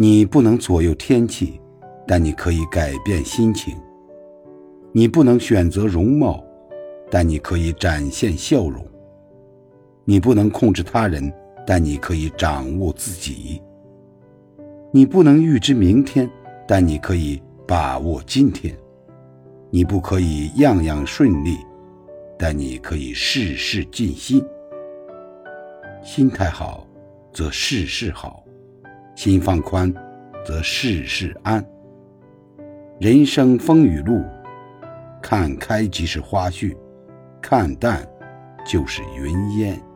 你不能左右天气，但你可以改变心情。你不能选择容貌，但你可以展现笑容。你不能控制他人，但你可以掌握自己。你不能预知明天，但你可以把握今天。你不可以样样顺利，但你可以事事尽心。心态好，则事事好；心放宽，则事事安。人生风雨路，看开即是花絮，看淡就是云烟。